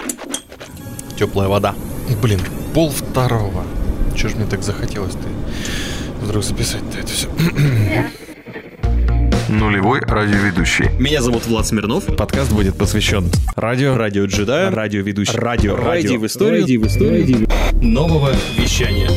Теплая вода. Блин, 1:30. Чего ж мне так захотелось-то вдруг записать-то это все? Нулевой радиоведущий. Меня зовут Влад Смирнов. Подкаст будет посвящен радио-джедаю, радиоведущему, радио в истории нового вещания.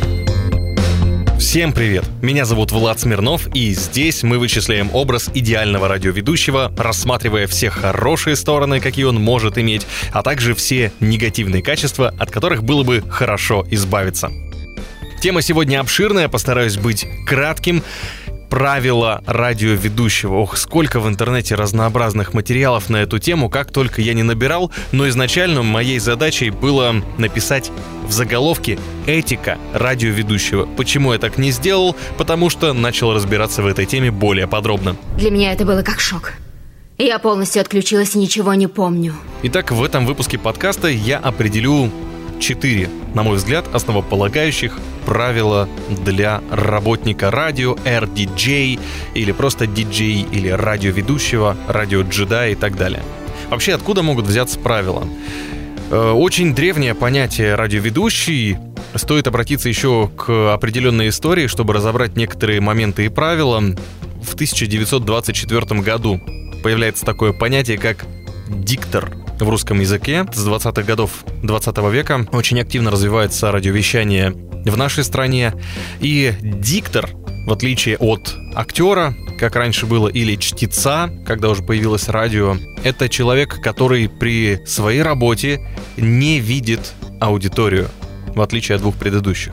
Всем привет! Меня зовут Влад Смирнов, и здесь мы вычисляем образ идеального радиоведущего, рассматривая все хорошие стороны, какие он может иметь, а также все негативные качества, от которых было бы хорошо избавиться. Тема сегодня обширная, постараюсь быть кратким. Правила радиоведущего. Ох, сколько в интернете разнообразных материалов на эту тему, как только я не набирал, но изначально моей задачей было написать в заголовке «Этика радиоведущего». Почему я так не сделал? Потому что начал разбираться в этой теме более подробно. Для меня это было как шок. Я полностью отключилась и ничего не помню. Итак, в этом выпуске подкаста я определю 4, на мой взгляд, основополагающих правила для работника радио, RDJ, или просто DJ, или радиоведущего, радиоджедая и так далее. Вообще, откуда могут взяться правила? Очень древнее понятие радиоведущий. Стоит обратиться еще к определенной истории, чтобы разобрать некоторые моменты и правила. В 1924 году появляется такое понятие, как диктор. В русском языке с 20-х годов 20 века очень активно развивается радиовещание в нашей стране. И диктор, в отличие от актера, как раньше было, или чтеца, когда уже появилось радио, это человек, который при своей работе не видит аудиторию, в отличие от двух предыдущих.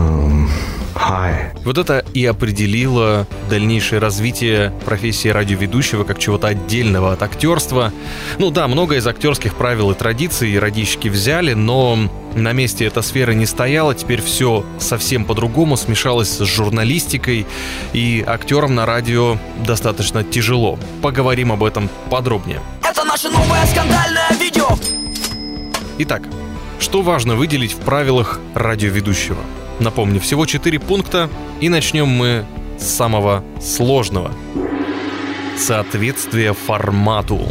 Вот это и определило дальнейшее развитие профессии радиоведущего как чего-то отдельного от актерства. Ну да, много из актерских правил и традиций радищики взяли, но на месте эта сфера не стояла. Теперь все совсем по-другому смешалось с журналистикой, и актерам на радио достаточно тяжело. Поговорим об этом подробнее. Это наше новое скандальное видео! Итак, что важно выделить в правилах радиоведущего? Напомню, всего 4 пункта, и начнем мы с самого сложного. Соответствие формату.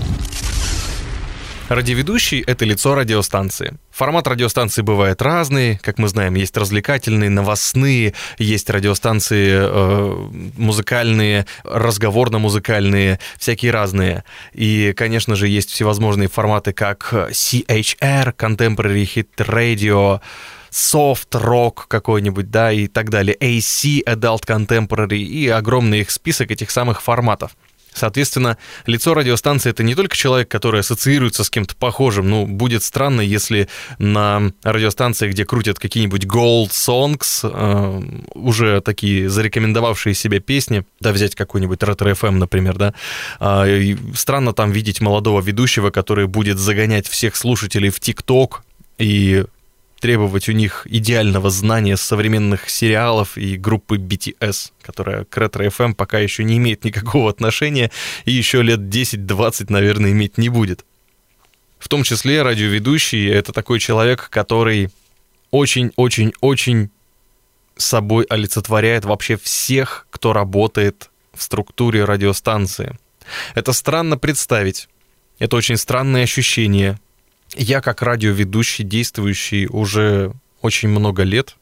Радиоведущий — это лицо радиостанции. Формат радиостанции бывает разный, как мы знаем, есть развлекательные, новостные, есть радиостанции музыкальные, разговорно-музыкальные, всякие разные. И, конечно же, есть всевозможные форматы, как CHR, Contemporary Hit Radio, софт-рок какой-нибудь, да, и так далее, AC, Adult Contemporary, и огромный их список этих самых форматов. Соответственно, лицо радиостанции — это не только человек, который ассоциируется с кем-то похожим. Ну, будет странно, если на радиостанции, где крутят какие-нибудь Gold Songs, уже такие зарекомендовавшие себя песни, да, взять какой-нибудь Ретро-ФМ, например, да, странно там видеть молодого ведущего, который будет загонять всех слушателей в ТикТок и требовать у них идеального знания современных сериалов и группы BTS, которая к Ретро-ФМ пока еще не имеет никакого отношения и еще лет 10-20, наверное, иметь не будет. В том числе радиоведущий — это такой человек, который очень-очень-очень собой олицетворяет вообще всех, кто работает в структуре радиостанции. Это странно представить, это очень странное ощущение. Я, как радиоведущий, действующий уже очень много лет,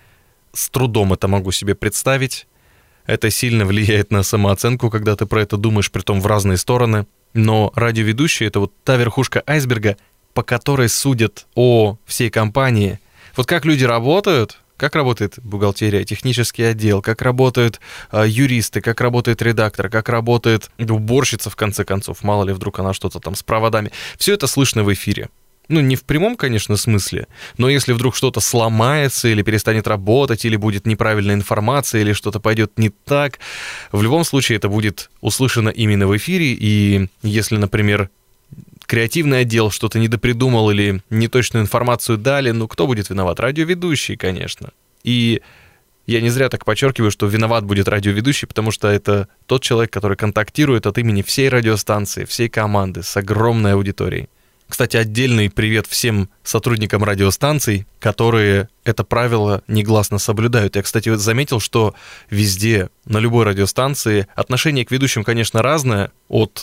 с трудом это могу себе представить. Это сильно влияет на самооценку, когда ты про это думаешь, притом в разные стороны. Но радиоведущий — это вот та верхушка айсберга, по которой судят о всей компании. Вот как люди работают, как работает бухгалтерия, технический отдел, как работают юристы, как работает редактор, как работает уборщица, в конце концов, мало ли вдруг она что-то там с проводами. Все это слышно в эфире. Ну, не в прямом, конечно, смысле, но если вдруг что-то сломается или перестанет работать, или будет неправильная информация, или что-то пойдет не так, в любом случае это будет услышано именно в эфире, и если, например, креативный отдел что-то недопридумал или неточную информацию дали, ну, кто будет виноват? Радиоведущий, конечно. И я не зря так подчеркиваю, что виноват будет радиоведущий, потому что это тот человек, который контактирует от имени всей радиостанции, всей команды с огромной аудиторией. Кстати, отдельный привет всем сотрудникам радиостанций, которые это правило негласно соблюдают. Я, кстати, заметил, что везде, на любой радиостанции, отношение к ведущим, конечно, разное, от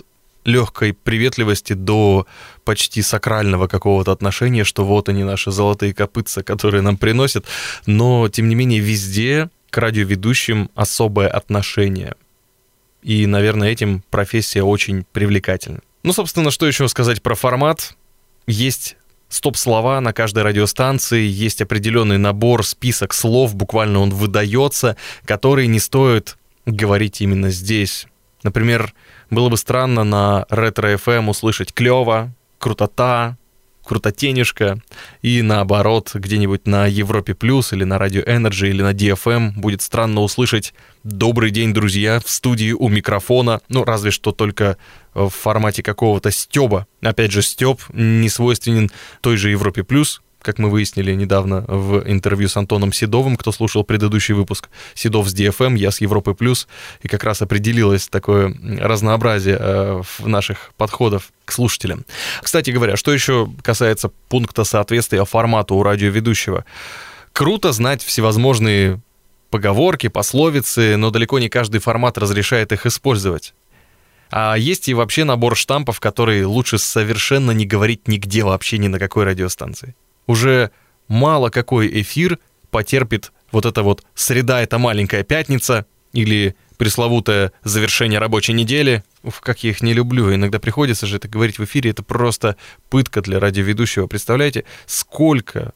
легкой приветливости до почти сакрального какого-то отношения, что вот они, наши золотые копытца, которые нам приносят, но, тем не менее, везде к радиоведущим особое отношение. И, наверное, этим профессия очень привлекательна. Ну, собственно, что еще сказать про формат? Есть стоп-слова на каждой радиостанции, есть определенный набор, список слов, буквально он выдается, которые не стоит говорить именно здесь. Например, было бы странно на ретро-ФМ услышать «клёво», «крутота», «крутотенежка», и наоборот, где-нибудь на Европе Плюс или на Радио Энерджи или на DFM будет странно услышать «Добрый день, друзья», в студии у микрофона, ну, разве что только в формате какого-то стёба. Опять же, стёб не свойственен той же Европе Плюс, как мы выяснили недавно в интервью с Антоном Седовым, кто слушал предыдущий выпуск. Седов с DFM, я с Европы Плюс, и как раз определилось такое разнообразие в наших подходов к слушателям. Кстати говоря, что еще касается пункта соответствия формату у радиоведущего. Круто знать всевозможные поговорки, пословицы, но далеко не каждый формат разрешает их использовать. А есть и вообще набор штампов, которые лучше совершенно не говорить нигде вообще, ни на какой радиостанции. Уже мало какой эфир потерпит вот это вот «среда — это маленькая пятница» или пресловутое «завершение рабочей недели». Уф, как я их не люблю. Иногда приходится же это говорить в эфире. Это просто пытка для радиоведущего. Представляете, сколько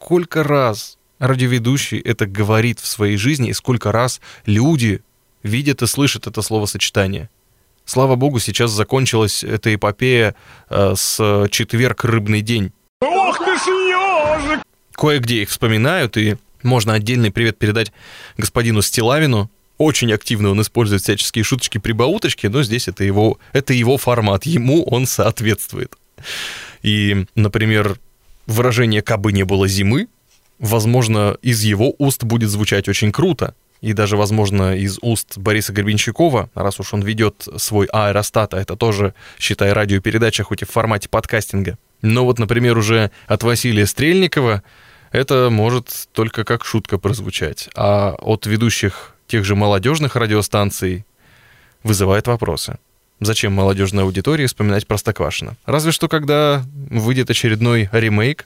раз радиоведущий это говорит в своей жизни, и сколько раз люди видят и слышат это словосочетание. Слава богу, сейчас закончилась эта эпопея с четверг рыбный день. Ох ты ж ежик! Кое-где их вспоминают, и можно отдельный привет передать господину Стилавину. Очень активно он использует всяческие шуточки-прибауточки, но здесь это его формат, ему он соответствует. И, например, выражение «кабы не было зимы», возможно, из его уст будет звучать очень круто. И даже, возможно, из уст Бориса Гребенщикова, раз уж он ведет свой аэростат, а это тоже, считай, радиопередача, хоть и в формате подкастинга. Но вот, например, уже от Василия Стрельникова это может только как шутка прозвучать. А от ведущих тех же молодежных радиостанций вызывает вопросы. Зачем молодежной аудитории вспоминать Простоквашино? Разве что, когда выйдет очередной ремейк.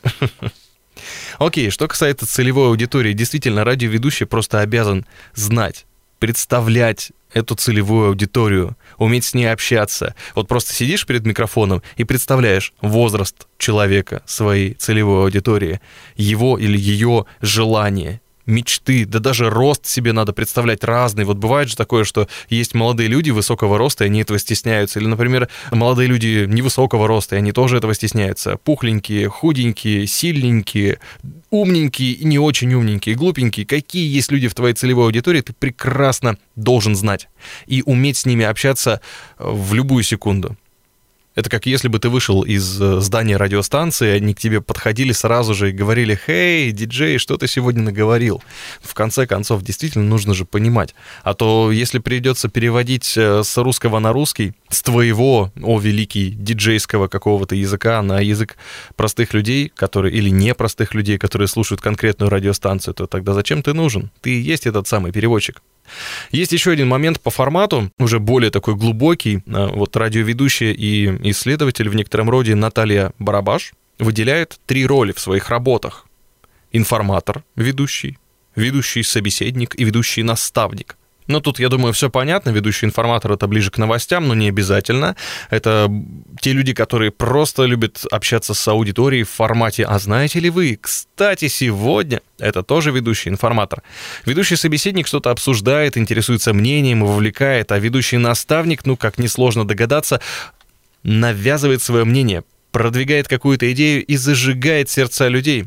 Окей, что касается целевой аудитории, действительно, радиоведущий просто обязан знать, представлять эту целевую аудиторию, уметь с ней общаться. Вот просто сидишь перед микрофоном и представляешь возраст человека, своей целевой аудитории, его или ее желания, мечты, да даже рост себе надо представлять разный. Вот бывает же такое, что есть молодые люди высокого роста, и они этого стесняются. Или, например, молодые люди невысокого роста, и они тоже этого стесняются. Пухленькие, худенькие, сильненькие, умненькие и не очень умненькие, глупенькие. Какие есть люди в твоей целевой аудитории, ты прекрасно должен знать. И уметь с ними общаться в любую секунду. Это как если бы ты вышел из здания радиостанции, они к тебе подходили сразу же и говорили: «Хей, диджей, что ты сегодня наговорил?» В конце концов, действительно нужно же понимать. А то если придется переводить с русского на русский, с твоего, о великий, диджейского какого-то языка на язык простых людей, которые, или непростых людей, которые слушают конкретную радиостанцию, то тогда зачем ты нужен? Ты и есть этот самый переводчик. Есть еще один момент по формату, уже более такой глубокий. Вот радиоведущая и исследователь в некотором роде Наталья Барабаш выделяет 3 роли в своих работах. Информатор, ведущий собеседник и ведущий наставник. Но тут, я думаю, все понятно. Ведущий информатор — это ближе к новостям, но не обязательно. Это те люди, которые просто любят общаться с аудиторией в формате «А знаете ли вы, кстати, сегодня...» Это тоже ведущий информатор. Ведущий собеседник что-то обсуждает, интересуется мнением и вовлекает, а ведущий наставник, ну, как несложно догадаться, навязывает свое мнение, продвигает какую-то идею и зажигает сердца людей.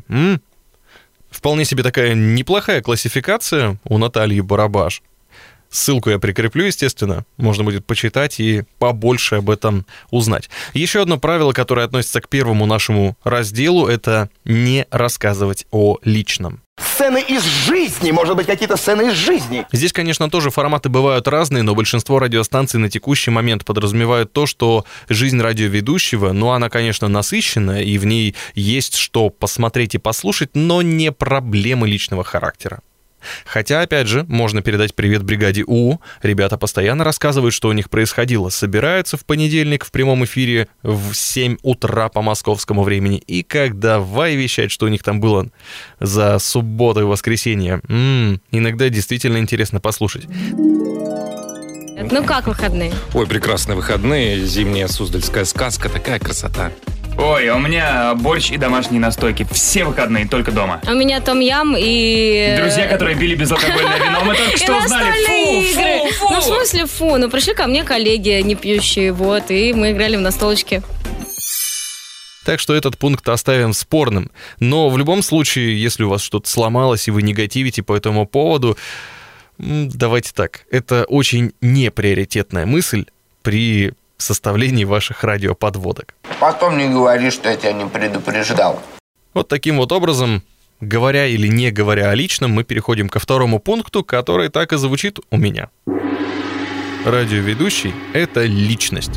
Вполне себе такая неплохая классификация у Натальи Барабаш. Ссылку я прикреплю, естественно, можно будет почитать и побольше об этом узнать. Еще одно правило, которое относится к первому нашему разделу, это не рассказывать о личном. Сцены из жизни, может быть, какие-то сцены из жизни. Здесь, конечно, тоже форматы бывают разные, но большинство радиостанций на текущий момент подразумевают то, что жизнь радиоведущего, ну, она, конечно, насыщенная, и в ней есть что посмотреть и послушать, но не проблемы личного характера. Хотя, опять же, можно передать привет бригаде У. Ребята постоянно рассказывают, что у них происходило. Собираются в понедельник в прямом эфире в 7 утра по московскому времени. И как давай вещать, что у них там было за субботу и воскресенье. Иногда действительно интересно послушать. Ну как выходные? Ой, прекрасные выходные. Зимняя суздальская сказка. Такая красота. Ой, а у меня борщ и домашние настойки. Все выходные, только дома. У меня том-ям и... Друзья, которые пили безалкогольное вино, мы только что узнали. Фу. Ну, в смысле, фу. Ну, пришли ко мне коллеги, не пьющие, вот, и мы играли в настолочки. Так что этот пункт оставим спорным. Но в любом случае, если у вас что-то сломалось, и вы негативите по этому поводу, давайте так. Это очень неприоритетная мысль при составлении ваших радиоподводок. Потом не говори, что я тебя не предупреждал. Вот таким вот образом, говоря или не говоря о личном, мы переходим ко второму пункту, который так и звучит у меня. Радиоведущий — это личность.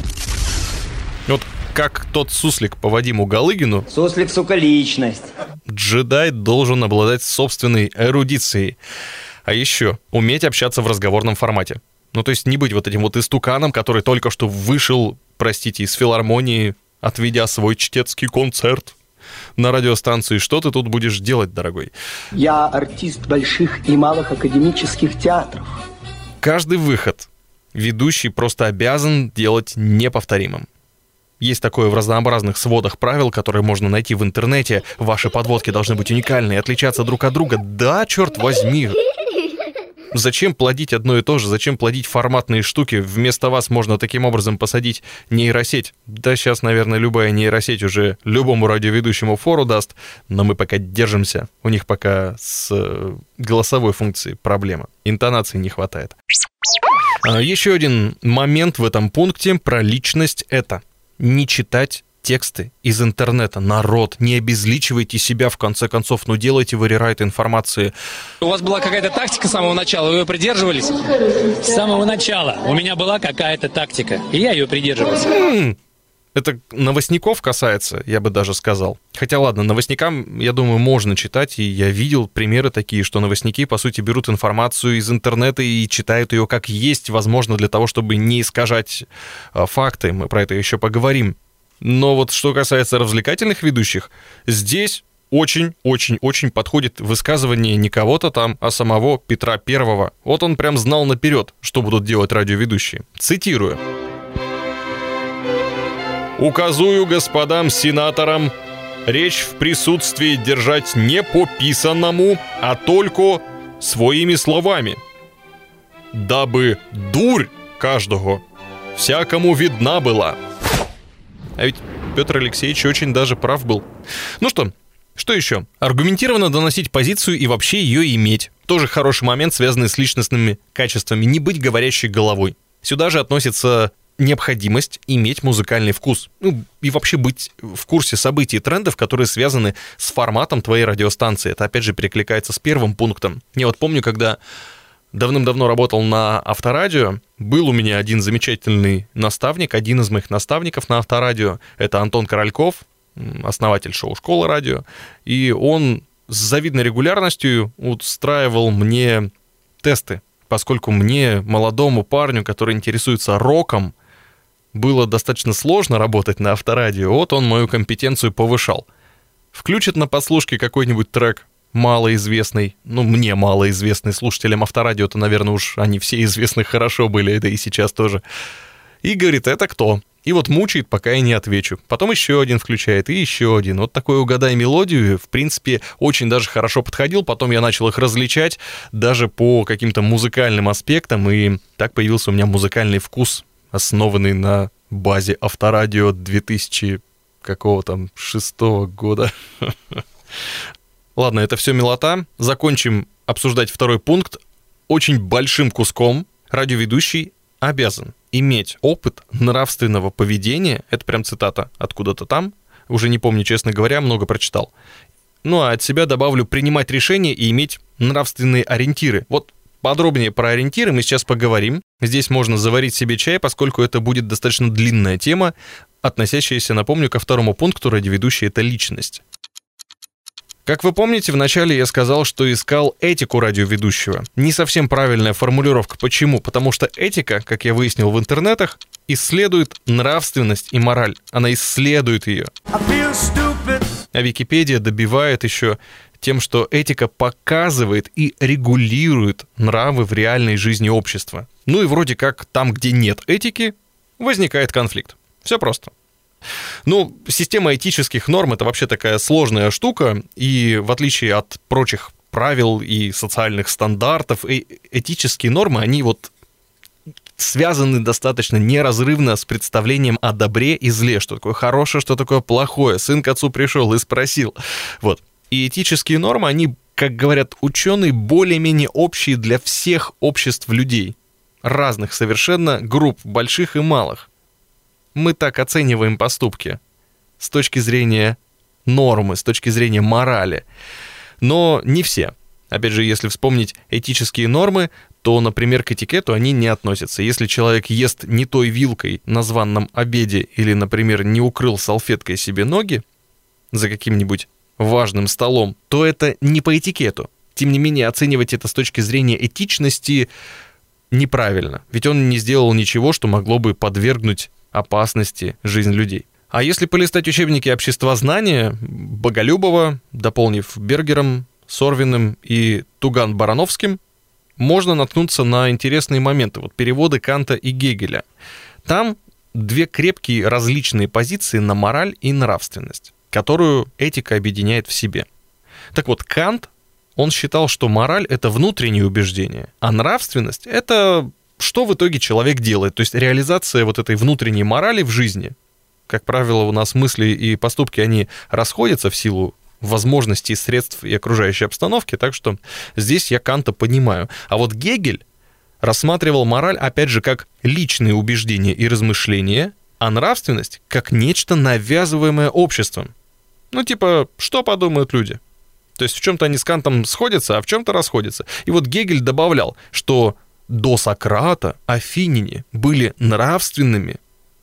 Вот как тот суслик по Вадиму Галыгину... Суслик, сука, личность. Джедай должен обладать собственной эрудицией. А еще уметь общаться в разговорном формате. Ну, то есть не быть вот этим вот истуканом, который только что вышел, простите, из филармонии, отведя свой чтецкий концерт на радиостанции. Что ты тут будешь делать, дорогой? Я артист больших и малых академических театров. Каждый выход ведущий просто обязан делать неповторимым. Есть такое в разнообразных сводах правил, которые можно найти в интернете. Ваши подводки должны быть уникальны и отличаться друг от друга. Да, черт возьми! Зачем плодить одно и то же? Зачем плодить форматные штуки? Вместо вас можно таким образом посадить нейросеть. Да, сейчас, наверное, любая нейросеть уже любому радиоведущему фору даст, но мы пока держимся. У них пока с голосовой функцией проблема. Интонации не хватает. Еще один момент в этом пункте про личность — это не читать тексты из интернета. Народ, не обезличивайте себя, в конце концов, но делайте в рерайт информации. У вас была какая-то тактика с самого начала, вы ее придерживались? С самого начала у меня была какая-то тактика, и я ее придерживался. Это новостников касается, я бы даже сказал. Хотя ладно, новостникам, я думаю, можно читать, и я видел примеры такие, что новостники, по сути, берут информацию из интернета и читают ее как есть, возможно, для того, чтобы не искажать факты. Мы про это еще поговорим. Но вот что касается развлекательных ведущих, здесь очень-очень-очень подходит высказывание не кого-то там, а самого Петра Первого. Вот он прям знал наперед, что будут делать радиоведущие. Цитирую. «Указую господам сенаторам речь в присутствии держать не по писанному, а только своими словами, дабы дурь каждого всякому видна была». А ведь Петр Алексеевич очень даже прав был. Ну что еще? Аргументированно доносить позицию и вообще ее иметь. Тоже хороший момент, связанный с личностными качествами. Не быть говорящей головой. Сюда же относится необходимость иметь музыкальный вкус. Ну, и вообще быть в курсе событий и трендов, которые связаны с форматом твоей радиостанции. Это, опять же, перекликается с первым пунктом. Я вот помню, когда давным-давно работал на Авторадио, был у меня один замечательный наставник, один из моих наставников на Авторадио. Это Антон Корольков, основатель шоу «Школа радио». И он с завидной регулярностью устраивал мне тесты, поскольку мне, молодому парню, который интересуется роком, было достаточно сложно работать на Авторадио. Вот он мою компетенцию повышал. Включит на подслушке какой-нибудь трек, малоизвестный, ну, мне малоизвестный, слушателям Авторадио-то, наверное, уж они все известны хорошо были, это и сейчас тоже. И говорит, это кто? И вот мучает, пока я не отвечу. Потом еще один включает, и еще один. Вот такой «Угадай мелодию», в принципе, очень даже хорошо подходил. Потом я начал их различать даже по каким-то музыкальным аспектам, и так появился у меня музыкальный вкус, основанный на базе Авторадио 2000 какого-то 6-го года. Ладно, это все милота. Закончим обсуждать второй пункт. Очень большим куском радиоведущий обязан иметь опыт нравственного поведения. Это прям цитата откуда-то там. Уже не помню, честно говоря, много прочитал. Ну, а от себя добавлю принимать решения и иметь нравственные ориентиры. Вот подробнее про ориентиры мы сейчас поговорим. Здесь можно заварить себе чай, поскольку это будет достаточно длинная тема, относящаяся, напомню, ко второму пункту радиоведущий — это личность. Как вы помните, вначале я сказал, что искал этику радиоведущего. Не совсем правильная формулировка. Почему? Потому что этика, как я выяснил в интернетах, исследует нравственность и мораль. Она исследует ее. А Википедия добивает еще тем, что этика показывает и регулирует нравы в реальной жизни общества. Ну и вроде как там, где нет этики, возникает конфликт. Все просто. Ну, система этических норм — это вообще такая сложная штука, и в отличие от прочих правил и социальных стандартов, этические нормы, они вот связаны достаточно неразрывно с представлением о добре и зле, что такое хорошее, что такое плохое. Сын к отцу пришел и спросил. Вот. И этические нормы, они, как говорят ученые, более-менее общие для всех обществ людей. Разных совершенно групп, больших и малых. Мы так оцениваем поступки с точки зрения нормы, с точки зрения морали. Но не все. Опять же, если вспомнить этические нормы, то, например, к этикету они не относятся. Если человек ест не той вилкой на званном обеде или, например, не укрыл салфеткой себе ноги за каким-нибудь важным столом, то это не по этикету. Тем не менее, оценивать это с точки зрения этичности неправильно. Ведь он не сделал ничего, что могло бы подвергнуть опасности жизнь людей. А если полистать учебники обществознания Боголюбова, дополнив Бергером, Сорвиным и Туган-Барановским, можно наткнуться на интересные моменты. Вот переводы Канта и Гегеля. Там две крепкие различные позиции на мораль и нравственность, которую этика объединяет в себе. Так вот, Кант, он считал, что мораль — это внутреннее убеждение, а нравственность — это что в итоге человек делает, то есть реализация вот этой внутренней морали в жизни. Как правило, у нас мысли и поступки, они расходятся в силу возможностей, средств и окружающей обстановки, так что здесь я Канта понимаю. А вот Гегель рассматривал мораль, опять же, как личные убеждения и размышления, а нравственность как нечто, навязываемое обществом. Ну, типа, что подумают люди? То есть в чем-то они с Кантом сходятся, а в чем-то расходятся. И вот Гегель добавлял, что до Сократа афиняне были нравственными,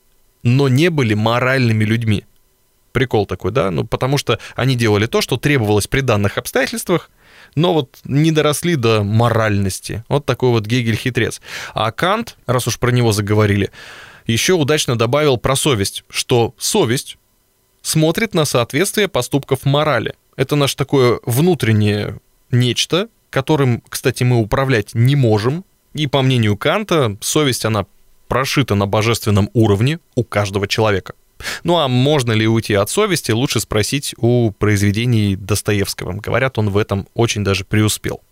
но не были моральными людьми. Прикол такой, да? Ну, потому что они делали то, что требовалось при данных обстоятельствах, но вот не доросли до моральности. Вот такой вот Гегель-хитрец. А Кант, раз уж про него заговорили, еще удачно добавил про совесть, что совесть смотрит на соответствие поступков морали. Это наше такое внутреннее нечто, которым, кстати, мы управлять не можем. И по мнению Канта, совесть, она прошита на божественном уровне у каждого человека. Ну а можно ли уйти от совести, лучше спросить у произведений Достоевского. Говорят, он в этом очень даже преуспел.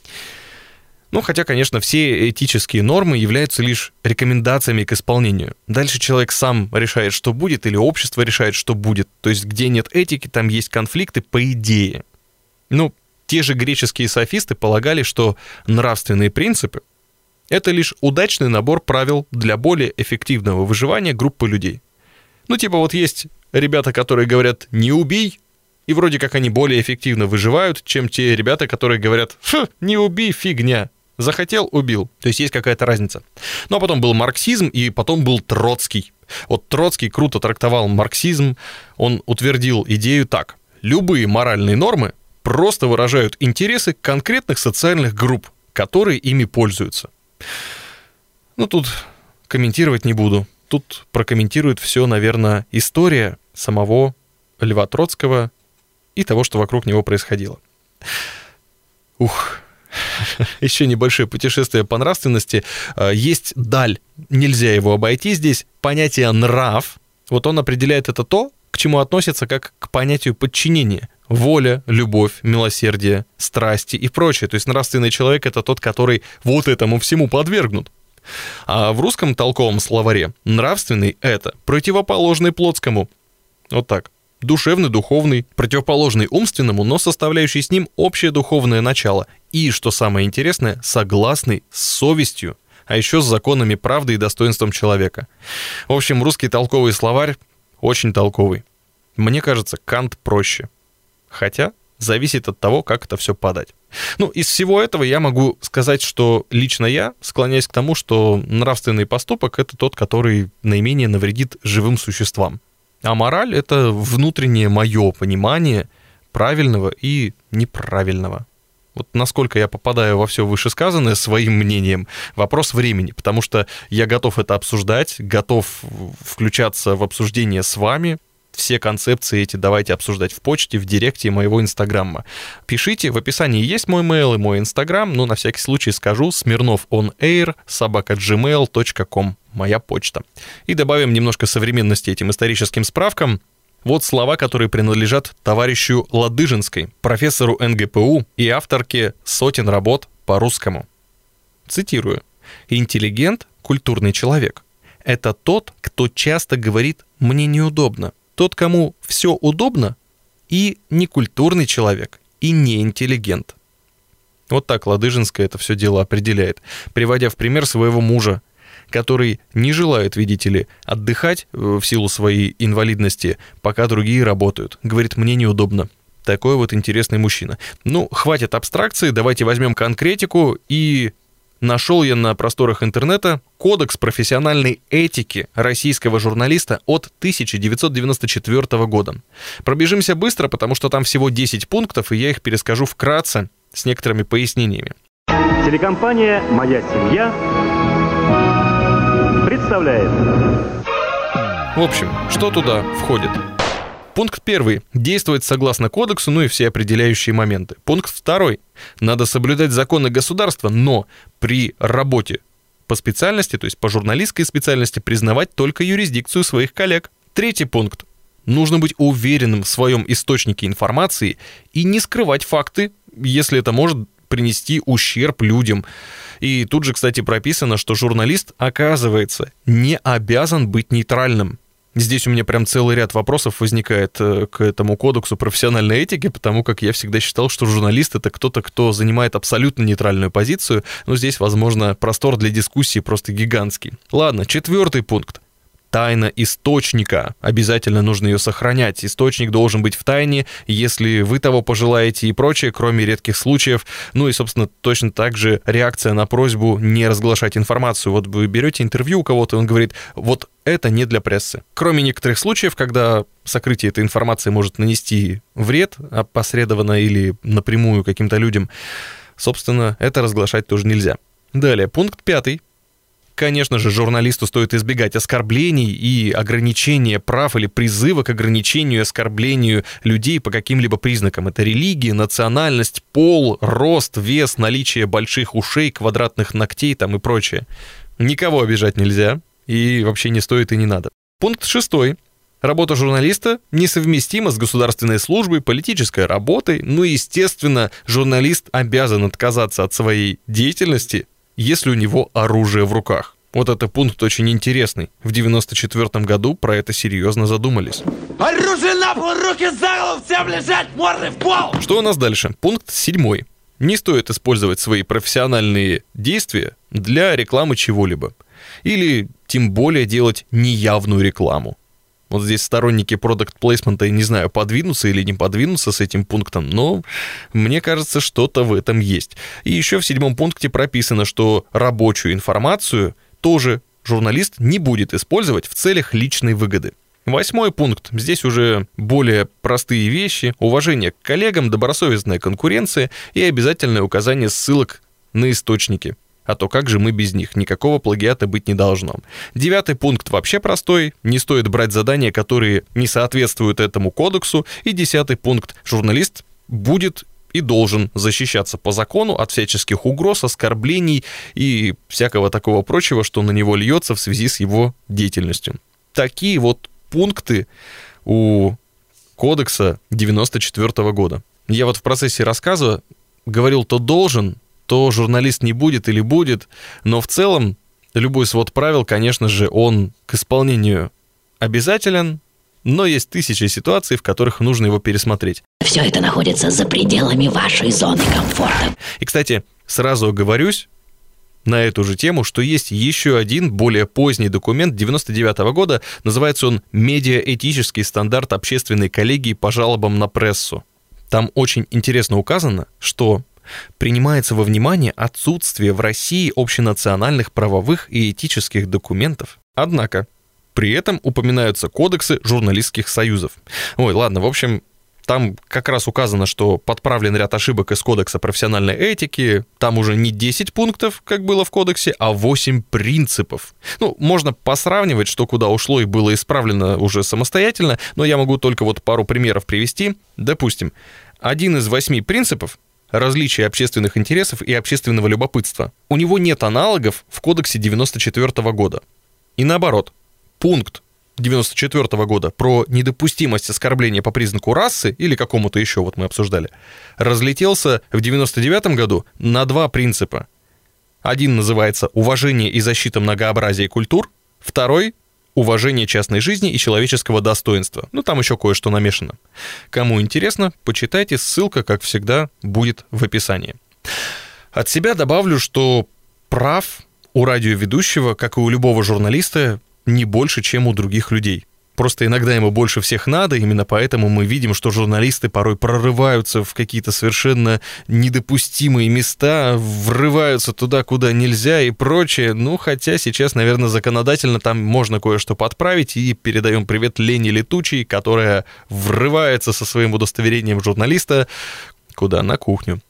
Ну, хотя, конечно, все этические нормы являются лишь рекомендациями к исполнению. Дальше человек сам решает, что будет, или общество решает, что будет. То есть, где нет этики, там есть конфликты по идее. Ну, те же греческие софисты полагали, что нравственные принципы — это лишь удачный набор правил для более эффективного выживания группы людей. Ну, типа вот есть ребята, которые говорят «не убей», и вроде как они более эффективно выживают, чем те ребята, которые говорят «не убей, фигня». Захотел — убил. То есть есть какая-то разница. Ну, а потом был марксизм, и потом был Троцкий. Вот Троцкий круто трактовал марксизм. Он утвердил идею так. Любые моральные нормы просто выражают интересы конкретных социальных групп, которые ими пользуются. Ну, тут комментировать не буду. Тут прокомментирует все, наверное, история самого Льва Троцкого и того, что вокруг него происходило. Еще небольшое путешествие по нравственности. Есть даль, нельзя его обойти здесь. Понятие «нрав», вот он определяет это то, к чему относится как к понятию подчинения. Воля, любовь, милосердие, страсти и прочее. То есть нравственный человек — это тот, который вот этому всему подвергнут. А в русском толковом словаре нравственный — это противоположный плотскому. Вот так. Душевный, духовный, противоположный умственному, но составляющий с ним общее духовное начало. И, что самое интересное, согласный с совестью, а еще с законами правды и достоинством человека. В общем, русский толковый словарь очень толковый. Мне кажется, Кант проще. Хотя зависит от того, как это все подать. Ну, из всего этого я могу сказать, что лично я склоняюсь к тому, что нравственный поступок — это тот, который наименее навредит живым существам. А мораль — это внутреннее мое понимание правильного и неправильного. Вот насколько я попадаю во все вышесказанное своим мнением, вопрос времени, потому что я готов это обсуждать, готов включаться в обсуждение с вами. Все концепции эти давайте обсуждать в почте, в директе моего инстаграма. Пишите, в описании есть мой мейл и мой инстаграм, но на всякий случай скажу: smirnovonair@gmail.com, моя почта. И добавим немножко современности этим историческим справкам. Вот слова, которые принадлежат товарищу Ладыжинской, профессору НГПУ и авторке сотен работ по русскому. Цитирую. «Интеллигент, культурный человек, это тот, кто часто говорит «мне неудобно». Тот, кому все удобно, и некультурный человек, и не интеллигент». Вот так Ладыжинская это все дело определяет, приводя в пример своего мужа, который не желает, видите ли, отдыхать в силу своей инвалидности, пока другие работают. Говорит, мне неудобно. Такой вот интересный мужчина. Ну, хватит абстракции, давайте возьмем конкретику. И нашел я на просторах интернета Кодекс профессиональной этики российского журналиста от 1994 года. Пробежимся быстро, потому что там всего 10 пунктов, и я их перескажу вкратце с некоторыми пояснениями. Телекомпания «Моя семья» представляет. В общем, что туда входит? Пункт 1. Действовать согласно кодексу, ну и все определяющие моменты. Пункт 2. Надо соблюдать законы государства, но при работе по специальности, то есть по журналистской специальности, признавать только юрисдикцию своих коллег. 3. пункт. Нужно быть уверенным в своем источнике информации и не скрывать факты, если это может принести ущерб людям. И тут же, кстати, прописано, что журналист, оказывается, не обязан быть нейтральным. Здесь у меня прям целый ряд вопросов возникает к этому кодексу профессиональной этики, потому как я всегда считал, что журналист — это кто-то, кто занимает абсолютно нейтральную позицию, но здесь, возможно, простор для дискуссии просто гигантский. Ладно, 4 пункт. Тайна источника. Обязательно нужно ее сохранять. Источник должен быть в тайне, если вы того пожелаете и прочее, кроме редких случаев. Ну и, собственно, точно так же реакция на просьбу не разглашать информацию. Вот вы берете интервью у кого-то, и он говорит, вот это не для прессы. Кроме некоторых случаев, когда сокрытие этой информации может нанести вред опосредованно или напрямую каким-то людям, собственно, это разглашать тоже нельзя. Далее, пункт 5. Конечно же, журналисту стоит избегать оскорблений и ограничения прав или призыва к ограничению и оскорблению людей по каким-либо признакам. Это религия, национальность, пол, рост, вес, наличие больших ушей, квадратных ногтей там и прочее. Никого обижать нельзя, и вообще не стоит и не надо. Пункт 6. Работа журналиста несовместима с государственной службой, политической работой. Ну и, естественно, журналист обязан отказаться от своей деятельности, если у него оружие в руках. Вот этот пункт очень интересный. В 1994 году про это серьезно задумались. Оружие на пол, руки за голову, всем лежать, морды в пол! Что у нас дальше? Пункт 7. Не стоит использовать свои профессиональные действия для рекламы чего-либо. Или тем более делать неявную рекламу. Вот здесь сторонники продакт-плейсмента, я не знаю, подвинутся или не подвинутся с этим пунктом, но мне кажется, что-то в этом есть. И еще в 7 пункте прописано, что рабочую информацию тоже журналист не будет использовать в целях личной выгоды. 8 пункт. Здесь уже более простые вещи. Уважение к коллегам, добросовестная конкуренция и обязательное указание ссылок на источники. А то как же мы без них? Никакого плагиата быть не должно. 9 пункт вообще простой. Не стоит брать задания, которые не соответствуют этому кодексу. И 10 пункт. Журналист будет и должен защищаться по закону от всяческих угроз, оскорблений и всякого такого прочего, что на него льется в связи с его деятельностью. Такие вот пункты у кодекса 94 года. Я вот в процессе рассказа говорил, то должен, то журналист не будет или будет, но в целом любой свод правил, конечно же, он к исполнению обязателен, но есть тысячи ситуаций, в которых нужно его пересмотреть. Все это находится за пределами вашей зоны комфорта. И, кстати, сразу оговорюсь на эту же тему, что есть еще один более поздний документ 99 года, называется он «Медиаэтический стандарт общественной коллегии по жалобам на прессу». Там очень интересно указано, что принимается во внимание отсутствие в России общенациональных правовых и этических документов. Однако, при этом упоминаются кодексы журналистских союзов. Ой, ладно, в общем, там как раз указано, что подправлен ряд ошибок из Кодекса профессиональной этики. Там уже не 10 пунктов, как было в Кодексе, а 8 принципов. Ну, можно посравнивать, что куда ушло и было исправлено уже самостоятельно, но я могу только вот пару примеров привести. Допустим, один из 8 принципов — различие общественных интересов и общественного любопытства. У него нет аналогов в Кодексе 1994 года. И наоборот, пункт 1994 года про недопустимость оскорбления по признаку расы или какому-то еще, вот мы обсуждали, разлетелся в 1999 году на 2 принципа. Один называется «Уважение и защита многообразия культур», второй — «Уважение частной жизни и человеческого достоинства». Ну, там еще кое-что намешано. Кому интересно, почитайте, ссылка, как всегда, будет в описании. От себя добавлю, что прав у радиоведущего, как и у любого журналиста, не больше, чем у других людей. Просто иногда ему больше всех надо, именно поэтому мы видим, что журналисты порой прорываются в какие-то совершенно недопустимые места, врываются туда, куда нельзя и прочее. Ну, хотя сейчас, наверное, законодательно там можно кое-что подправить, и передаем привет Лене Летучей, которая врывается со своим удостоверением журналиста куда? На кухню.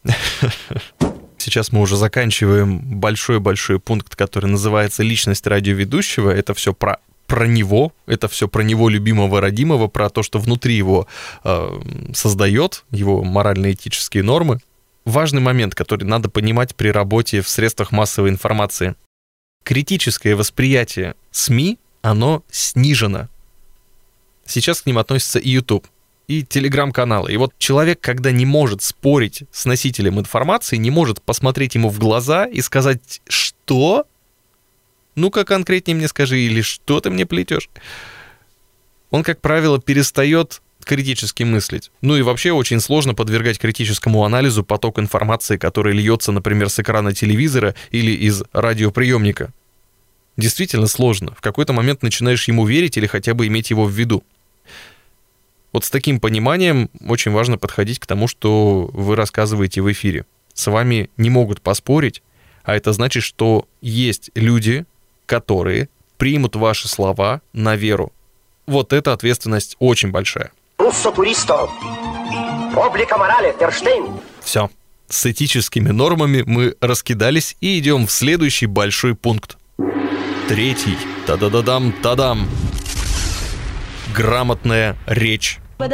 Сейчас мы уже заканчиваем большой-большой пункт, который называется «Личность радиоведущего». Это все про него, это все про него любимого, родимого, про то, что внутри его создает, его морально-этические нормы. Важный момент, который надо понимать при работе в средствах массовой информации. Критическое восприятие СМИ, оно снижено. Сейчас к ним относится и YouTube, и телеграм-каналы. И вот человек, когда не может спорить с носителем информации, не может посмотреть ему в глаза и сказать «Что? Ну-ка конкретнее мне скажи», или «Что ты мне плетешь?», он, как правило, перестает критически мыслить. Ну и вообще очень сложно подвергать критическому анализу поток информации, который льется, например, с экрана телевизора или из радиоприемника. Действительно сложно. В какой-то момент начинаешь ему верить или хотя бы иметь его в виду. Вот с таким пониманием очень важно подходить к тому, что вы рассказываете в эфире. С вами не могут поспорить, а это значит, что есть люди, которые примут ваши слова на веру. Вот эта ответственность очень большая. Все. С этическими нормами мы раскидались и идем в следующий большой пункт. 3. Та-да-да-дам, та-дам. Грамотная речь.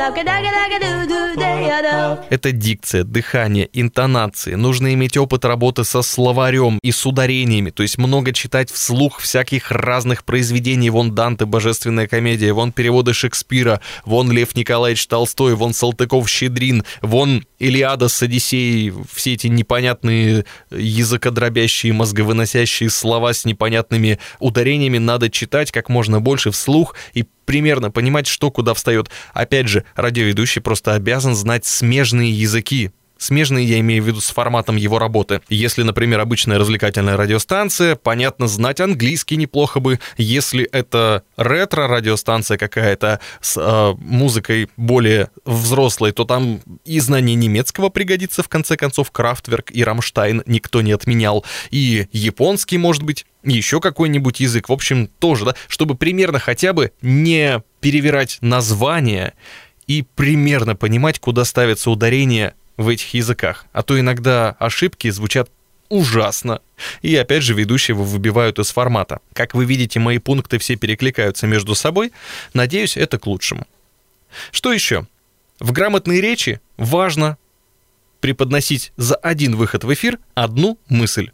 Это дикция, дыхание, интонации. Нужно иметь опыт работы со словарем и с ударениями, то есть много читать вслух всяких разных произведений. Вон Данте, «Божественная комедия», вон переводы Шекспира, вон Лев Николаевич Толстой, вон Салтыков-Щедрин, вон Илиада с Одиссеей. Все эти непонятные языкодробящие, мозговыносящие слова с непонятными ударениями надо читать как можно больше вслух и примерно понимать, что куда встает. Опять же, радиоведущий просто обязан знать смежные языки. Смежные я имею в виду с форматом его работы. Если, например, обычная развлекательная радиостанция, понятно, знать английский неплохо бы. Если это ретро-радиостанция какая-то с музыкой более взрослой, то там и знание немецкого пригодится, в конце концов. Крафтверк и Рамштайн никто не отменял. И японский, может быть, и еще какой-нибудь язык. В общем, тоже, да, чтобы примерно хотя бы не перевирать названия и примерно понимать, куда ставится ударение в этих языках. А то иногда ошибки звучат ужасно. И опять же ведущего выбивают из формата. Как вы видите, мои пункты все перекликаются между собой. Надеюсь, это к лучшему. Что еще? В грамотной речи важно преподносить за один выход в эфир одну мысль.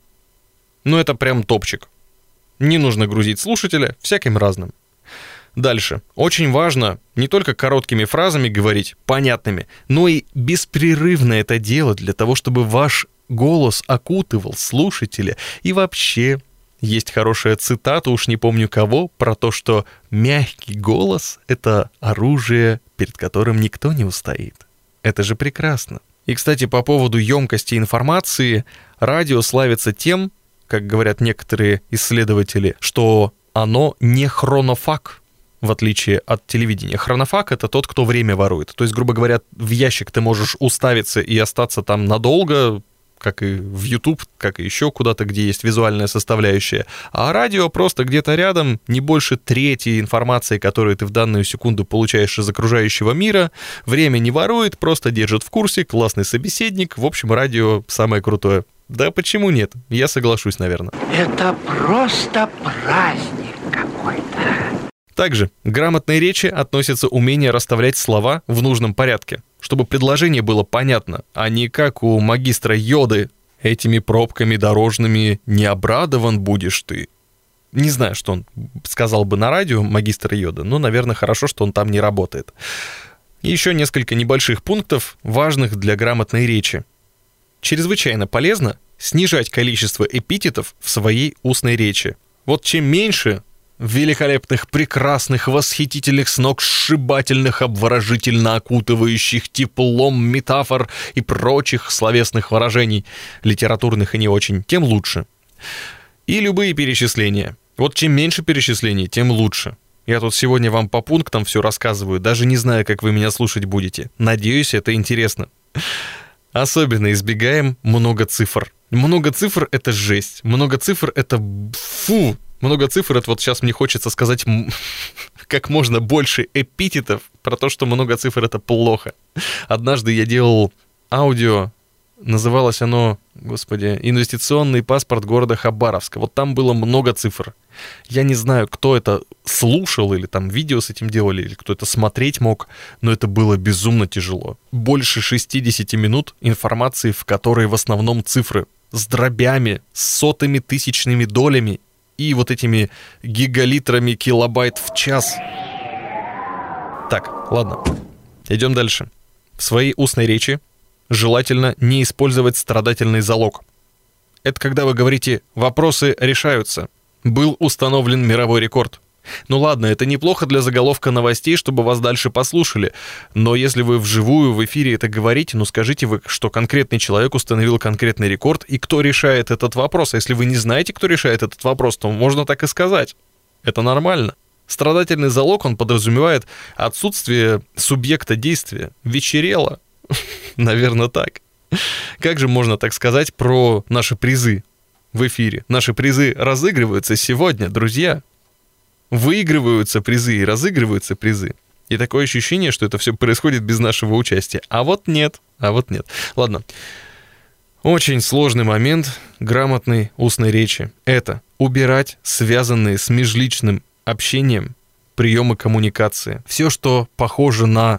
Ну это прям топчик. Не нужно грузить слушателя всяким разным. Дальше. Очень важно не только короткими фразами говорить, понятными, но и беспрерывно это делать для того, чтобы ваш голос окутывал слушателя. И вообще, есть хорошая цитата, уж не помню кого, про то, что мягкий голос — это оружие, перед которым никто не устоит. Это же прекрасно. И, кстати, по поводу емкости информации, радио славится тем, как говорят некоторые исследователи, что оно не хронофаг, в отличие от телевидения. Хронофаг — это тот, кто время ворует. То есть, грубо говоря, в ящик ты можешь уставиться и остаться там надолго, как и в YouTube, как и еще куда-то, где есть визуальная составляющая. А радио просто где-то рядом, не больше трети информации, которую ты в данную секунду получаешь из окружающего мира. Время не ворует, просто держит в курсе, классный собеседник. В общем, радио самое крутое. Да почему нет? Я соглашусь, наверное. Это просто праздник какой-то. Также к грамотной речи относится умение расставлять слова в нужном порядке, чтобы предложение было понятно, а не как у магистра Йоды. Этими пробками дорожными не обрадован будешь ты. Не знаю, что он сказал бы на радио, магистр Йода, но, наверное, хорошо, что он там не работает. И еще несколько небольших пунктов, важных для грамотной речи. Чрезвычайно полезно снижать количество эпитетов в своей устной речи. Вот чем меньше великолепных, прекрасных, восхитительных, сногсшибательных, обворожительно окутывающих теплом метафор и прочих словесных выражений, литературных и не очень, тем лучше. И любые перечисления. Вот чем меньше перечислений, тем лучше. Я тут сегодня вам по пунктам все рассказываю, даже не знаю, как вы меня слушать будете. Надеюсь, это интересно. Особенно избегаем много цифр. Много цифр — это жесть. Много цифр — это фу. Много цифр — это вот сейчас мне хочется сказать как можно больше эпитетов про то, что много цифр — это плохо. Однажды я делал аудио, называлось оно, господи, «Инвестиционный паспорт города Хабаровска». Вот там было много цифр. Я не знаю, кто это слушал, или там видео с этим делали, или кто это смотреть мог, но это было безумно тяжело. Больше 60 минут информации, в которой в основном цифры, с дробями, с сотыми тысячными долями, и вот этими гигалитрами килобайт в час. Так, ладно, идем дальше. В своей устной речи желательно не использовать страдательный залог. Это когда вы говорите «вопросы решаются». Был установлен мировой рекорд. Ну ладно, это неплохо для заголовка новостей, чтобы вас дальше послушали. Но если вы вживую в эфире это говорите, ну скажите вы, что конкретный человек установил конкретный рекорд, и кто решает этот вопрос. А если вы не знаете, кто решает этот вопрос, то можно так и сказать. Это нормально. Страдательный залог, он подразумевает отсутствие субъекта действия. Вечерело. Наверное, так. Как же можно так сказать про наши призы в эфире? Наши призы разыгрываются сегодня, друзья. Выигрываются призы и разыгрываются призы. И такое ощущение, что это все происходит без нашего участия. А вот нет. Ладно. Очень сложный момент грамотной устной речи. Это убирать связанные с межличным общением приемы коммуникации. Все, что похоже на...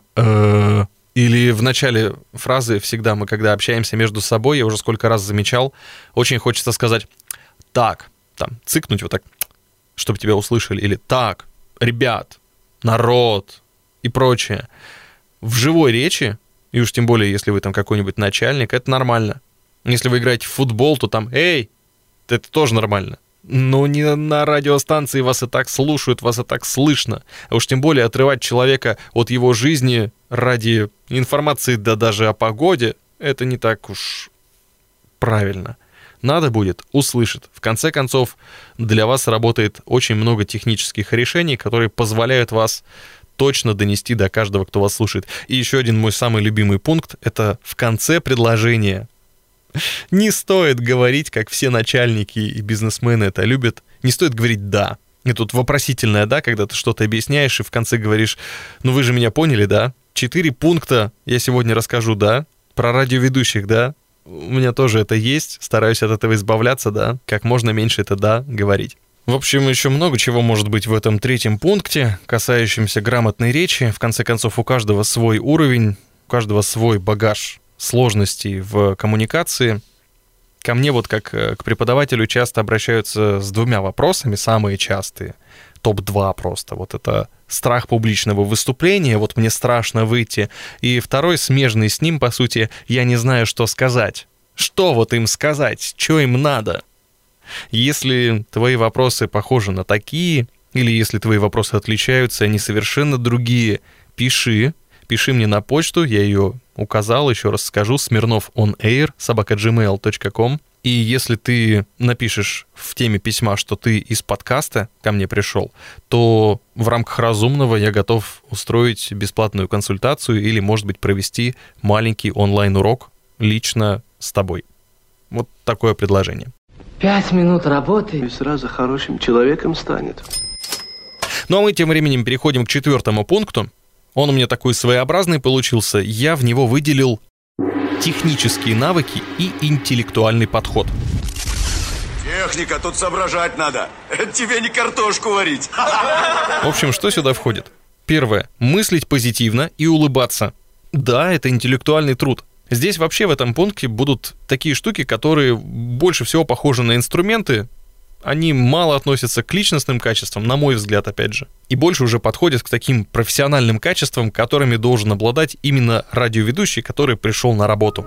Или в начале фразы всегда мы, когда общаемся между собой, я уже сколько раз замечал, очень хочется сказать «так», там, цыкнуть вот так, чтобы тебя услышали, или «так», «ребят», «народ» и прочее. В живой речи, и уж тем более, если вы там какой-нибудь начальник, это нормально. Если вы играете в футбол, то там «эй», это тоже нормально. Но не на радиостанции вас и так слушают, вас и так слышно. А уж тем более отрывать человека от его жизни ради информации, да даже о погоде, это не так уж правильно. Надо будет, услышит. В конце концов, для вас работает очень много технических решений, которые позволяют вас точно донести до каждого, кто вас слушает. И еще один мой самый любимый пункт — это в конце предложения. Не стоит говорить, как все начальники и бизнесмены это любят, не стоит говорить «да». И тут вопросительное «да», когда ты что-то объясняешь и в конце говоришь «ну вы же меня поняли, да? 4 пункта я сегодня расскажу, да? Про радиоведущих, да? У меня тоже это есть, стараюсь от этого избавляться, да? Как можно меньше это «да» говорить». В общем, еще много чего может быть в этом 3-м пункте, касающемся грамотной речи. В конце концов, у каждого свой уровень, у каждого свой багаж сложностей в коммуникации. Ко мне вот как к преподавателю часто обращаются с 2 вопросами, самые частые, топ-2 просто. Вот это страх публичного выступления, вот мне страшно выйти. И второй, смежный с ним, по сути, я не знаю, что сказать. Что вот им сказать? Что им надо? Если твои вопросы похожи на такие, или если твои вопросы отличаются, они совершенно другие, пиши мне на почту, я ее указал, еще раз скажу, smirnovonair@gmail.com. И если ты напишешь в теме письма, что ты из подкаста ко мне пришел, то в рамках разумного я готов устроить бесплатную консультацию или, может быть, провести маленький онлайн-урок лично с тобой. Вот такое предложение. 5 минут работы и сразу хорошим человеком станет. Ну а мы тем временем переходим к 4-му пункту. Он у меня такой своеобразный получился. Я в него выделил технические навыки и интеллектуальный подход. Техника, тут соображать надо. Это тебе не картошку варить. В общем, что сюда входит? Первое. Мыслить позитивно и улыбаться. Да, это интеллектуальный труд. Здесь вообще в этом пункте будут такие штуки, которые больше всего похожи на инструменты. Они мало относятся к личностным качествам, на мой взгляд, опять же. И больше уже подходят к таким профессиональным качествам, которыми должен обладать именно радиоведущий, который пришел на работу.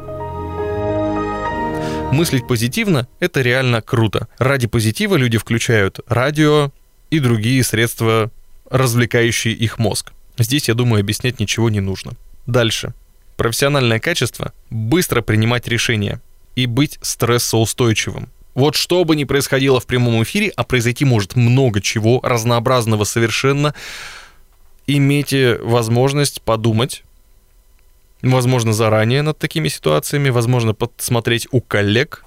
Мыслить позитивно – это реально круто. Ради позитива люди включают радио и другие средства, развлекающие их мозг. Здесь, я думаю, объяснять ничего не нужно. Дальше. Профессиональное качество – быстро принимать решения и быть стрессоустойчивым. Вот что бы ни происходило в прямом эфире, а произойти может много чего, разнообразного совершенно, имейте возможность подумать, возможно, заранее над такими ситуациями, возможно, подсмотреть у коллег,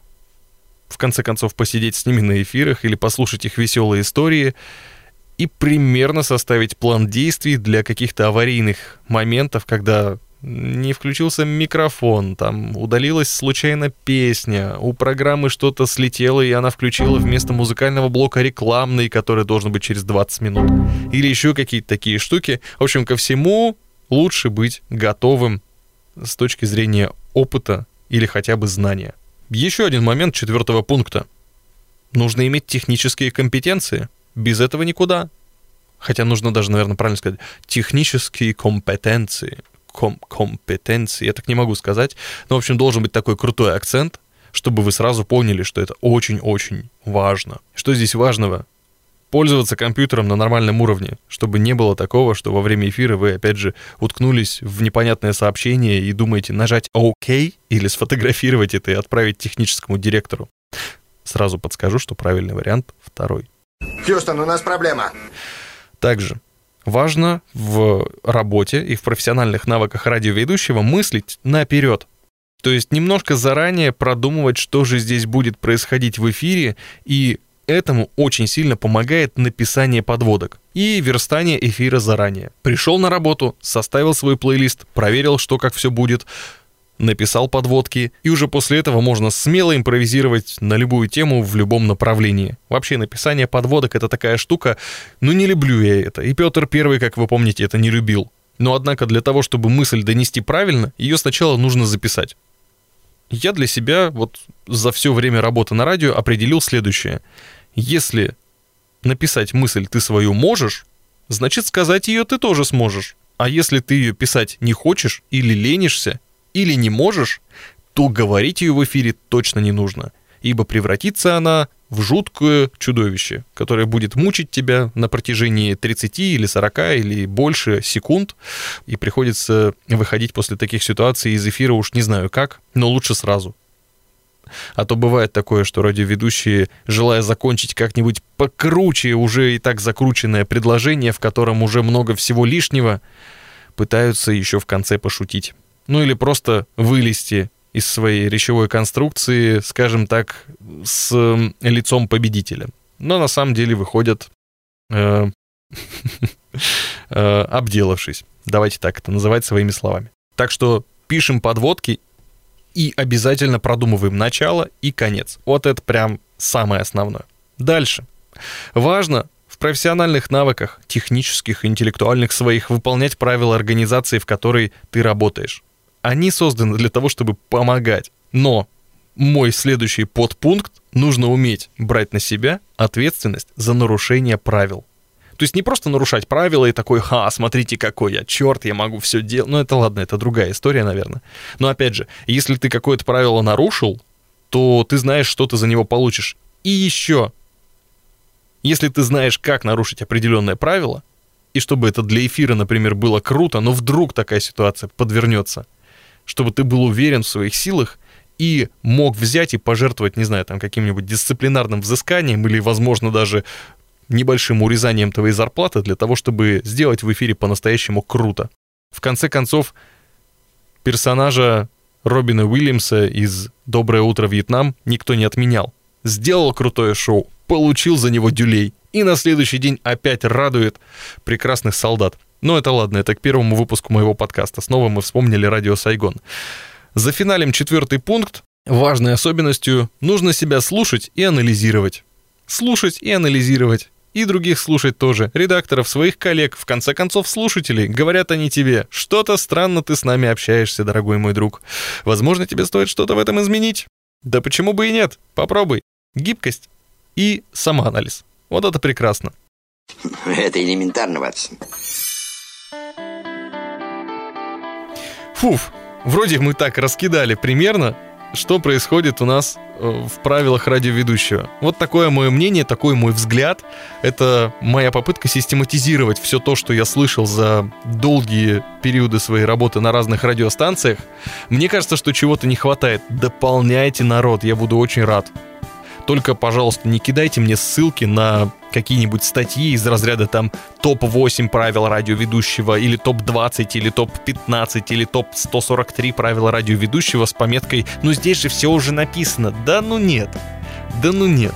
в конце концов, посидеть с ними на эфирах или послушать их веселые истории и примерно составить план действий для каких-то аварийных моментов, когда не включился микрофон, там удалилась случайно песня, у программы что-то слетело, и она включила вместо музыкального блока рекламный, который должен быть через 20 минут. Или еще какие-то такие штуки. В общем, ко всему лучше быть готовым с точки зрения опыта или хотя бы знания. Еще один момент 4-го пункта. Нужно иметь технические компетенции. Без этого никуда. Хотя нужно даже, наверное, правильно сказать, технические компетенции. Компетенции, я так не могу сказать. Но, в общем, должен быть такой крутой акцент, чтобы вы сразу поняли, что это очень-очень важно. Что здесь важного? Пользоваться компьютером на нормальном уровне, чтобы не было такого, что во время эфира вы, опять же, уткнулись в непонятное сообщение и думаете нажать ОК или сфотографировать это и отправить техническому директору. Сразу подскажу, что правильный вариант 2. Хьюстон, у нас проблема. Также важно в работе и в профессиональных навыках радиоведущего мыслить наперед. То есть немножко заранее продумывать, что же здесь будет происходить в эфире, и этому очень сильно помогает написание подводок и верстание эфира заранее. Пришел на работу, составил свой плейлист, проверил, что как все будет, написал подводки, и уже после этого можно смело импровизировать на любую тему в любом направлении. Вообще написание подводок — это такая штука, не люблю я это, и Петр I, как вы помните, это не любил. Но однако для того, чтобы мысль донести правильно, ее сначала нужно записать. Я для себя вот за все время работы на радио определил следующее. Если написать мысль ты свою можешь, значит сказать ее ты тоже сможешь. А если ты ее писать не хочешь или ленишься, или не можешь, то говорить ее в эфире точно не нужно, ибо превратится она в жуткое чудовище, которое будет мучить тебя на протяжении 30 или 40 или больше секунд, и приходится выходить после таких ситуаций из эфира уж не знаю как, но лучше сразу. А то бывает такое, что радиоведущие, желая закончить как-нибудь покруче уже и так закрученное предложение, в котором уже много всего лишнего, пытаются еще в конце пошутить. Или просто вылезти из своей речевой конструкции, скажем так, с лицом победителя. Но на самом деле выходят обделавшись. Давайте так это называть своими словами. Так что пишем подводки и обязательно продумываем начало и конец. Вот это прям самое основное. Дальше. Важно в профессиональных навыках, технических, интеллектуальных своих, выполнять правила организации, в которой ты работаешь. Они созданы для того, чтобы помогать. Но мой следующий подпункт: нужно уметь брать на себя ответственность за нарушение правил. То есть не просто нарушать правила и такой: смотрите, какой я черт, я могу все делать. Это ладно, это другая история, наверное. Но опять же, если ты какое-то правило нарушил, то ты знаешь, что ты за него получишь. И еще, если ты знаешь, как нарушить определенное правило, и чтобы это для эфира, например, было круто, но вдруг такая ситуация подвернется, чтобы ты был уверен в своих силах и мог взять и пожертвовать, не знаю, там каким-нибудь дисциплинарным взысканием или, возможно, даже небольшим урезанием твоей зарплаты для того, чтобы сделать в эфире по-настоящему круто. В конце концов, персонажа Робина Уильямса из «Доброе утро, Вьетнам» никто не отменял. Сделал крутое шоу, получил за него дюлей. И на следующий день опять радует прекрасных солдат. Но это ладно, это к первому выпуску моего подкаста. Снова мы вспомнили радио Сайгон. За финалем 4-й пункт. Важной особенностью нужно себя слушать и анализировать. Слушать и анализировать. И других слушать тоже. Редакторов, своих коллег, в конце концов слушателей. Говорят они тебе: что-то странно ты с нами общаешься, дорогой мой друг. Возможно, тебе стоит что-то в этом изменить? Да почему бы и нет? Попробуй. Гибкость и самоанализ. Вот это прекрасно. Это элементарно, Ватсон. Фуф, вроде мы так раскидали примерно, что происходит у нас в правилах радиоведущего. Вот такое мое мнение, такой мой взгляд. Это моя попытка систематизировать все то, что я слышал за долгие периоды своей работы на разных радиостанциях. Мне кажется, что чего-то не хватает. Дополняйте, народ, я буду очень рад. Только, пожалуйста, не кидайте мне ссылки на какие-нибудь статьи из разряда там топ-8 правил радиоведущего, или топ-20, или топ-15, или топ-143 правила радиоведущего с пометкой «Ну здесь же все уже написано». Да ну нет. Да ну нет.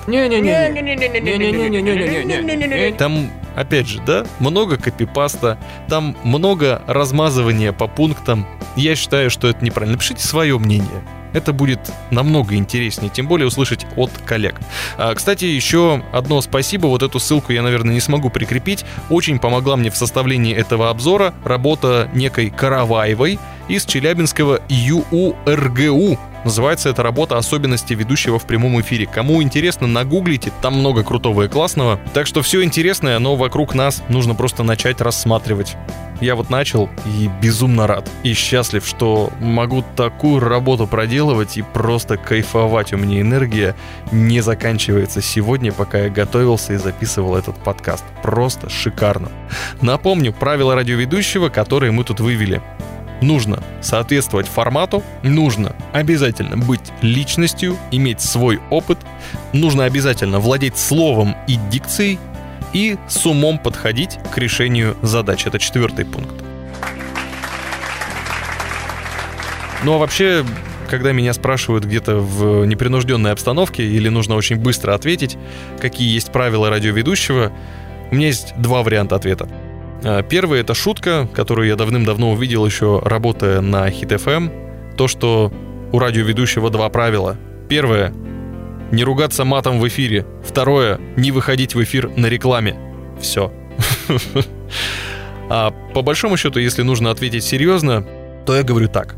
Там, опять же, да, много копипаста, там много размазывания по пунктам. Я считаю, что это неправильно. Напишите свое мнение. Это будет намного интереснее, тем более услышать от коллег. Кстати, еще одно спасибо, вот эту ссылку я, наверное, не смогу прикрепить. Очень помогла мне в составлении этого обзора работа некой Караваевой из Челябинского ЮУРГУ. Называется эта работа «Особенности ведущего в прямом эфире». Кому интересно, нагуглите, там много крутого и классного. Так что все интересное, но вокруг нас нужно просто начать рассматривать. Я вот начал и безумно рад и счастлив, что могу такую работу проделывать и просто кайфовать. У меня энергия не заканчивается сегодня, пока я готовился и записывал этот подкаст. Просто шикарно. Напомню правила радиоведущего, которые мы тут вывели. Нужно соответствовать формату, нужно обязательно быть личностью, иметь свой опыт, нужно обязательно владеть словом и дикцией и с умом подходить к решению задач. Это 4-й пункт. Ну а вообще, когда меня спрашивают где-то в непринужденной обстановке или нужно очень быстро ответить, какие есть правила радиоведущего, у меня есть 2 варианта ответа. Первый — это шутка, которую я давным-давно увидел еще работая на Hit FM. То, что у радиоведущего 2 правила. Первое — не ругаться матом в эфире. Второе — не выходить в эфир на рекламе. Все. А по большому счету, если нужно ответить серьезно, то я говорю так.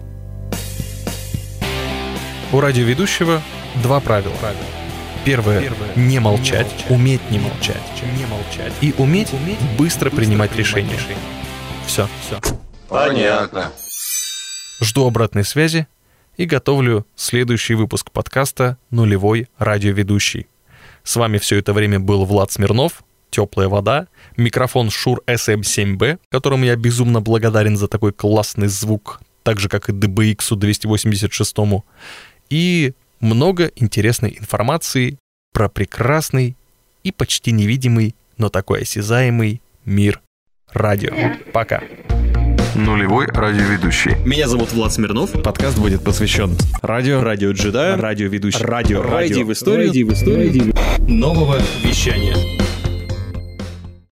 У радиоведущего 2 правила. Первое — не молчать, уметь не молчать. И уметь быстро принимать решения. Все. Понятно. Жду обратной связи и готовлю следующий выпуск подкаста «Нулевой радиоведущий». С вами все это время был Влад Смирнов, «Теплая вода», микрофон Shure SM7B, которому я безумно благодарен за такой классный звук, так же, как и DBX 286, и много интересной информации про прекрасный и почти невидимый, но такой осязаемый мир радио. Пока. Нулевой радиоведущий. Меня зовут Влад Смирнов. Подкаст будет посвящен радио Джедаю, радиоведущий. радио в истории нового вещания.